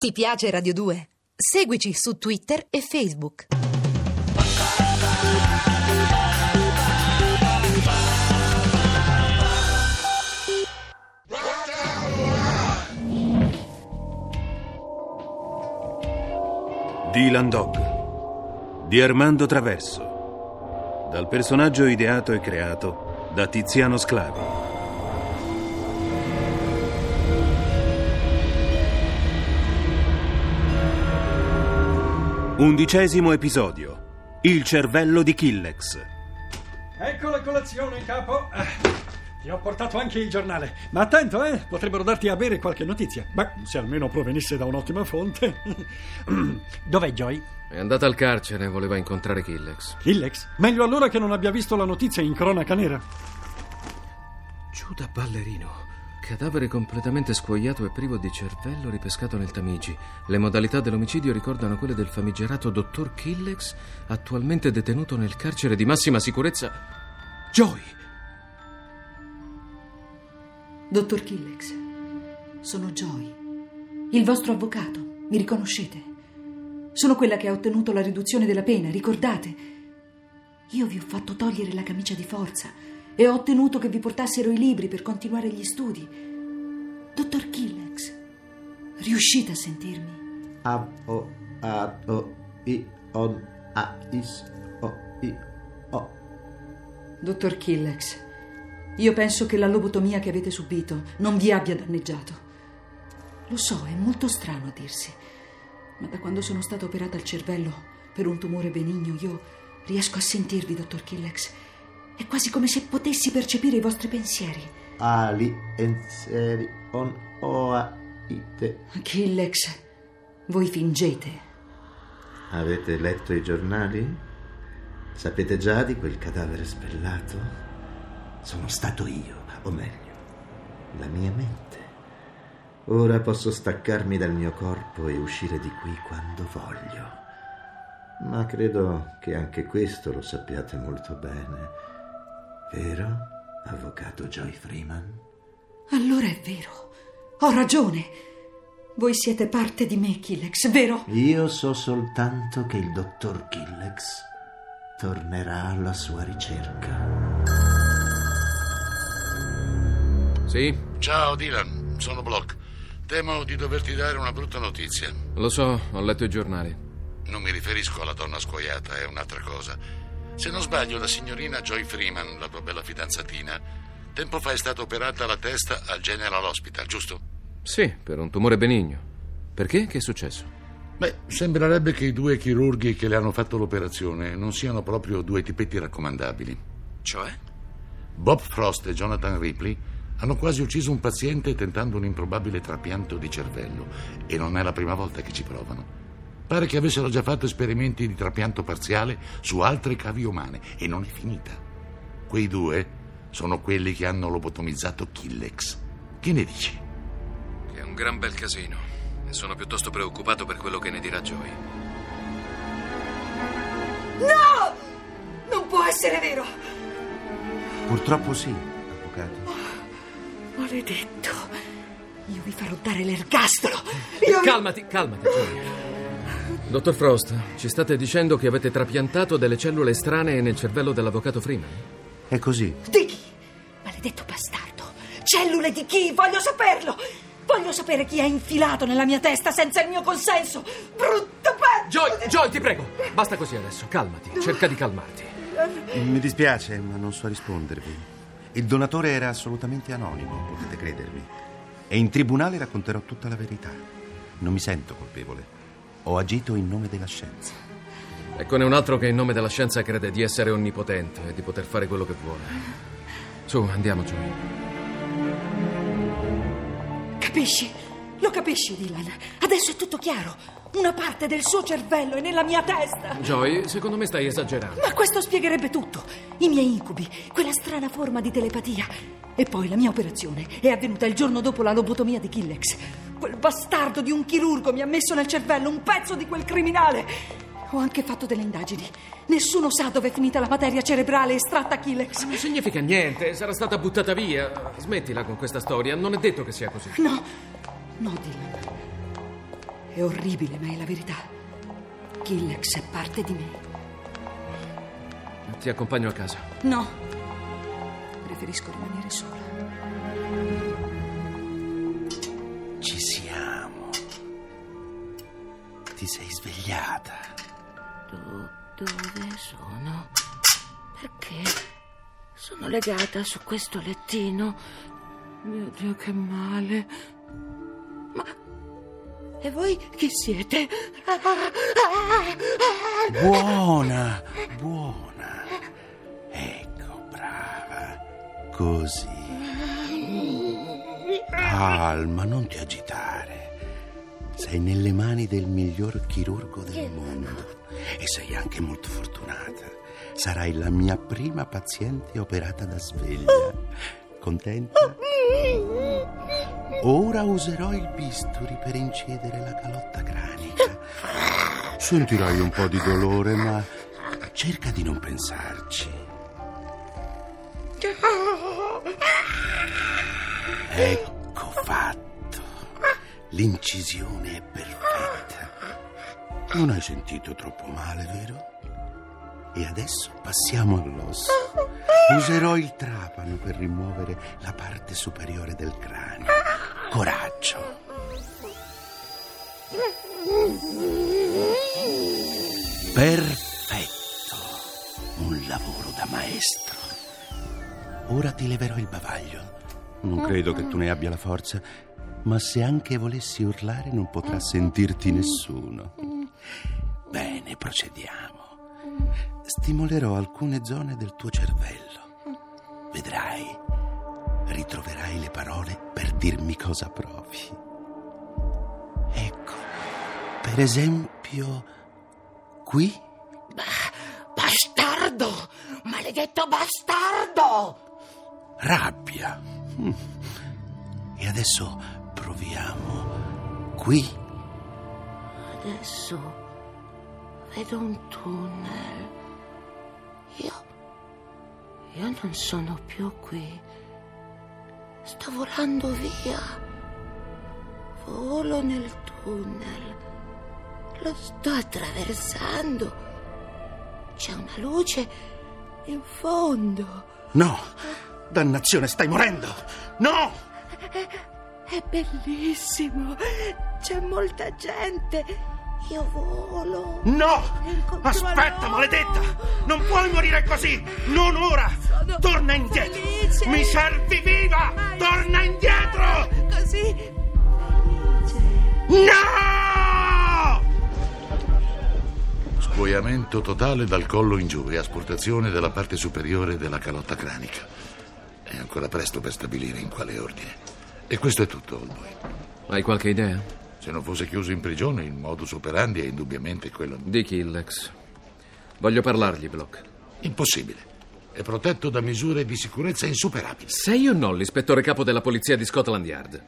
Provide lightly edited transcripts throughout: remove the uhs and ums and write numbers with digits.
Ti piace Radio 2? Seguici su Twitter e Facebook. Dylan Dog di Armando Traverso, dal personaggio ideato e creato da Tiziano Sclavi. 11° episodio. Il cervello di Killex. Ecco la colazione, capo. Ti ho portato anche il giornale. Ma attento, potrebbero darti a bere qualche notizia. Beh, se almeno provenisse da un'ottima fonte. Dov'è Joy? È andata al carcere, voleva incontrare Killex. Killex? Meglio allora che non abbia visto la notizia in cronaca nera. Giù da ballerino. Cadavere completamente scuoiato e privo di cervello ripescato nel Tamigi. Le modalità dell'omicidio ricordano quelle del famigerato dottor Killex, attualmente detenuto nel carcere di massima sicurezza. Joy! Dottor Killex, sono Joy, il vostro avvocato, mi riconoscete? Sono quella che ha ottenuto la riduzione della pena, ricordate? Io vi ho fatto togliere la camicia di forza e ho ottenuto che vi portassero i libri per continuare gli studi. Dottor Killex, riuscite a sentirmi? Dottor Killex, io penso che la lobotomia che avete subito non vi abbia danneggiato. Lo so, è molto strano a dirsi, ma da quando sono stata operata al cervello per un tumore benigno io riesco a sentirvi, dottor Killex. È quasi come se potessi percepire i vostri pensieri. Killex, voi fingete. Avete letto i giornali? Sapete già di quel cadavere spellato? Sono stato io, o meglio, la mia mente. Ora posso staccarmi dal mio corpo e uscire di qui quando voglio. Ma credo che anche questo lo sappiate molto bene. Vero, avvocato Joy Freeman? Allora è vero, ho ragione. Voi siete parte di me, Killex, vero? Io so soltanto che il dottor Killex tornerà alla sua ricerca. Sì? Ciao Dylan, sono Block. Temo di doverti dare una brutta notizia. Lo so, ho letto i giornali. Non mi riferisco alla donna scuoiata, è un'altra cosa. Se non sbaglio, la signorina Joy Freeman, la tua bella fidanzatina, tempo fa è stata operata alla testa al General Hospital, giusto? Sì, per un tumore benigno. Perché? Che è successo? Beh, sembrerebbe che i 2 chirurghi che le hanno fatto l'operazione non siano proprio 2 tipetti raccomandabili. Cioè? Bob Frost e Jonathan Ripley hanno quasi ucciso un paziente tentando un improbabile trapianto di cervello, e non è la prima volta che ci provano. Pare che avessero già fatto esperimenti di trapianto parziale su altre cavie umane e non è finita. Quei 2 sono quelli che hanno lobotomizzato Killex. Che ne dici? Che è un gran bel casino e sono piuttosto preoccupato per quello che ne dirà Joy. No! Non può essere vero! Purtroppo sì, avvocato. Maledetto! Io vi farò dare l'ergastolo! Calmati, Joy. Dottor Frost, ci state dicendo che avete trapiantato delle cellule estranee nel cervello dell'avvocato Freeman? È così. Di chi? Maledetto bastardo! Cellule di chi? Voglio saperlo! Voglio sapere chi ha infilato nella mia testa senza il mio consenso! Brutto pezzo! Joy, ti prego! Basta così adesso, calmati, cerca di calmarti. Mi dispiace, ma non so rispondervi. Il donatore era assolutamente anonimo, potete credermi. E in tribunale racconterò tutta la verità. Non mi sento colpevole. Ho agito in nome della scienza. Eccone un altro che in nome della scienza crede di essere onnipotente e di poter fare quello che vuole. Su, andiamo, Joy. Capisci? Lo capisci, Dylan? Adesso è tutto chiaro. Una parte del suo cervello è nella mia testa. Joy, secondo me stai esagerando. Ma questo spiegherebbe tutto. I miei incubi, quella strana forma di telepatia. E poi la mia operazione è avvenuta il giorno dopo la lobotomia di Killex. Quel bastardo di un chirurgo mi ha messo nel cervello un pezzo di quel criminale. Ho anche fatto delle indagini. Nessuno sa dove è finita la materia cerebrale estratta a Killex. Ma non significa niente, sarà stata buttata via. Smettila con questa storia, non è detto che sia così. No, Dylan. È orribile, ma è la verità. Killex è parte di me. Ti accompagno a casa. No. Preferisco rimanere sola. Ci siamo. Ti sei svegliata. Dove sono? Perché sono legata su questo lettino? Mio Dio, che male. Ma... e voi chi siete? Buona. Ecco, brava. Così. Calma, non ti agitare. Sei nelle mani del miglior chirurgo del mondo e sei anche molto fortunata. Sarai la mia prima paziente operata da sveglia. Contenta? Ora userò il bisturi per incidere la calotta cranica. Sentirai un po' di dolore, ma cerca di non pensarci. Ecco fatto. L'incisione è perfetta. Non hai sentito troppo male, vero? E adesso passiamo all'osso. Userò il trapano per rimuovere la parte superiore del cranio. Coraggio. Perfetto. Un lavoro da maestro. Ora ti leverò il bavaglio. Non credo che tu ne abbia la forza, ma se anche volessi urlare non potrà sentirti nessuno. Bene, procediamo. Stimolerò alcune zone del tuo cervello. Vedrai, ritroverai le parole per dirmi cosa provi. Ecco, per esempio, qui. Bastardo! Maledetto bastardo! Rabbia. E adesso proviamo qui. Adesso vedo un tunnel. Io non sono più qui. Sto volando via. Volo nel tunnel. Lo sto attraversando. C'è una luce in fondo. No! Dannazione, stai morendo! No! È bellissimo. C'è molta gente. Io volo. No! Aspetta, maledetta! Non puoi morire così! Non ora! Torna indietro! Felice. Mi servi viva! Torna indietro! Così felice. No! Scuoiamento totale dal collo in giù e asportazione della parte superiore della calotta cranica. È ancora presto per stabilire in quale ordine. E questo è tutto, Oldboy. Hai qualche idea? Se non fosse chiuso in prigione, il modus operandi è indubbiamente quello Di Killex. Voglio parlargli, Block. impossibile. È protetto da misure di sicurezza insuperabili. Sei o no l'ispettore capo della polizia di Scotland Yard?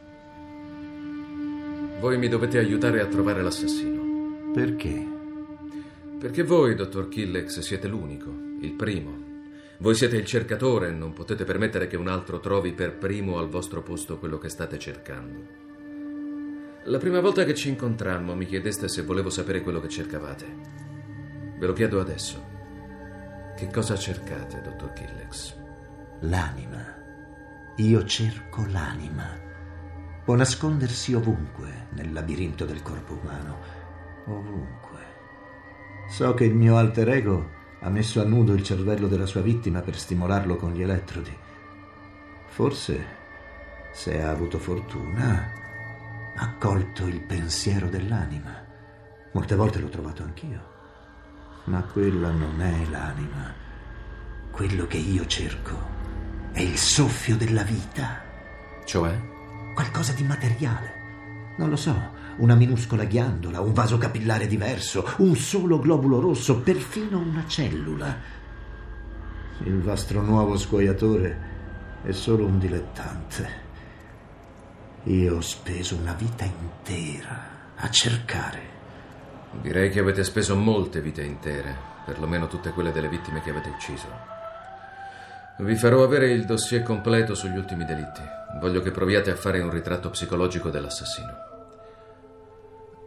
Voi mi dovete aiutare a trovare l'assassino. Perché? Perché voi, dottor Killex, siete l'unico, il primo. Voi siete il cercatore e non potete permettere che un altro trovi per primo al vostro posto quello che state cercando. La prima volta che ci incontrammo mi chiedeste se volevo sapere quello che cercavate. Ve lo chiedo adesso. Che cosa cercate, dottor Killex? L'anima. Io cerco l'anima. Può nascondersi ovunque nel labirinto del corpo umano. Ovunque. So che il mio alter ego ha messo a nudo il cervello della sua vittima per stimolarlo con gli elettrodi. Forse, se ha avuto fortuna, ha colto il pensiero dell'anima. Molte volte l'ho trovato anch'io. Ma quella non è l'anima. Quello che io cerco è il soffio della vita. Cioè? Qualcosa di materiale. Non lo so, una minuscola ghiandola, un vaso capillare diverso, un solo globulo rosso, perfino una cellula. Il vostro nuovo scuoiatore è solo un dilettante. Io ho speso una vita intera a cercare. Direi che avete speso molte vite intere, perlomeno tutte quelle delle vittime che avete ucciso. Vi farò avere il dossier completo sugli ultimi delitti. Voglio che proviate a fare un ritratto psicologico dell'assassino.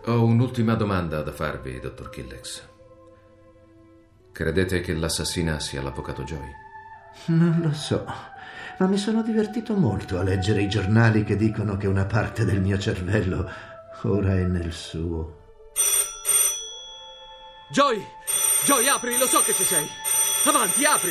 Ho un'ultima domanda da farvi, dottor Killex. Credete che l'assassina sia l'avvocato Joy? Non lo so, ma mi sono divertito molto a leggere i giornali che dicono che una parte del mio cervello ora è nel suo. Joy! Joy, apri, lo so che ci sei! Avanti, apri!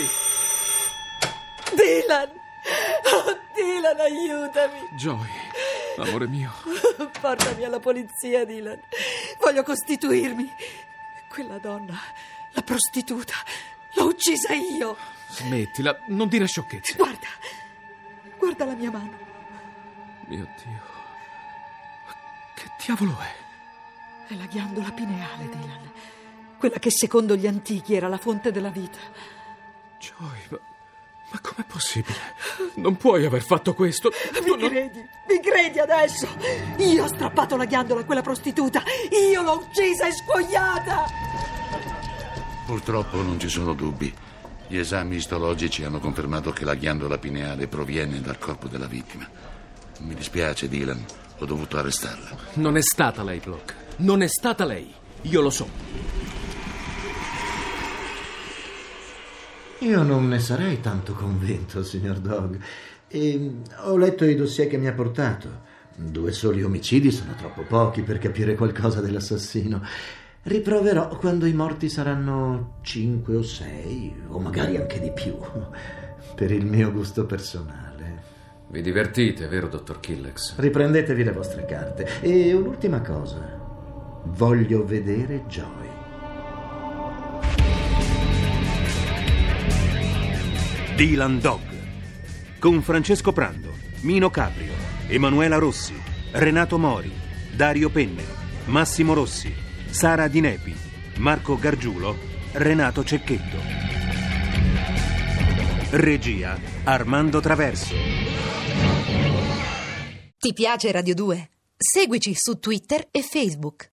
Dylan! Oh, Dylan, aiutami! Joy, amore mio. Portami alla polizia, Dylan. Voglio costituirmi. Quella donna, la prostituta, l'ho uccisa io. Smettila, non dire sciocchezze. Guarda la mia mano. Mio Dio. Ma che diavolo è? È la ghiandola pineale, Dylan. Quella che secondo gli antichi era la fonte della vita. Joy, ma com'è possibile? Non puoi aver fatto questo. Mi credi adesso? Io ho strappato la ghiandola a quella prostituta. Io l'ho uccisa e scuoiata. Purtroppo non ci sono dubbi. Gli esami istologici hanno confermato che la ghiandola pineale proviene dal corpo della vittima. Mi dispiace, Dylan. Ho dovuto arrestarla. Non è stata lei, Block. Non è stata lei. Io lo so. Io non ne sarei tanto convinto, signor Dog. E ho letto i dossier che mi ha portato. 2 soli omicidi sono troppo pochi per capire qualcosa dell'assassino. Riproverò quando i morti saranno 5 o 6, o magari anche di più, per il mio gusto personale. Vi divertite, vero, dottor Killex? Riprendetevi le vostre carte. E un'ultima cosa. Voglio vedere Joy. Dylan Dog, con Francesco Prando, Mino Caprio, Emanuela Rossi, Renato Mori, Dario Penne, Massimo Rossi, Sara Di Nepi, Marco Gargiulo, Renato Cecchetto. Regia Armando Traverso. Ti piace Radio 2? Seguici su Twitter e Facebook.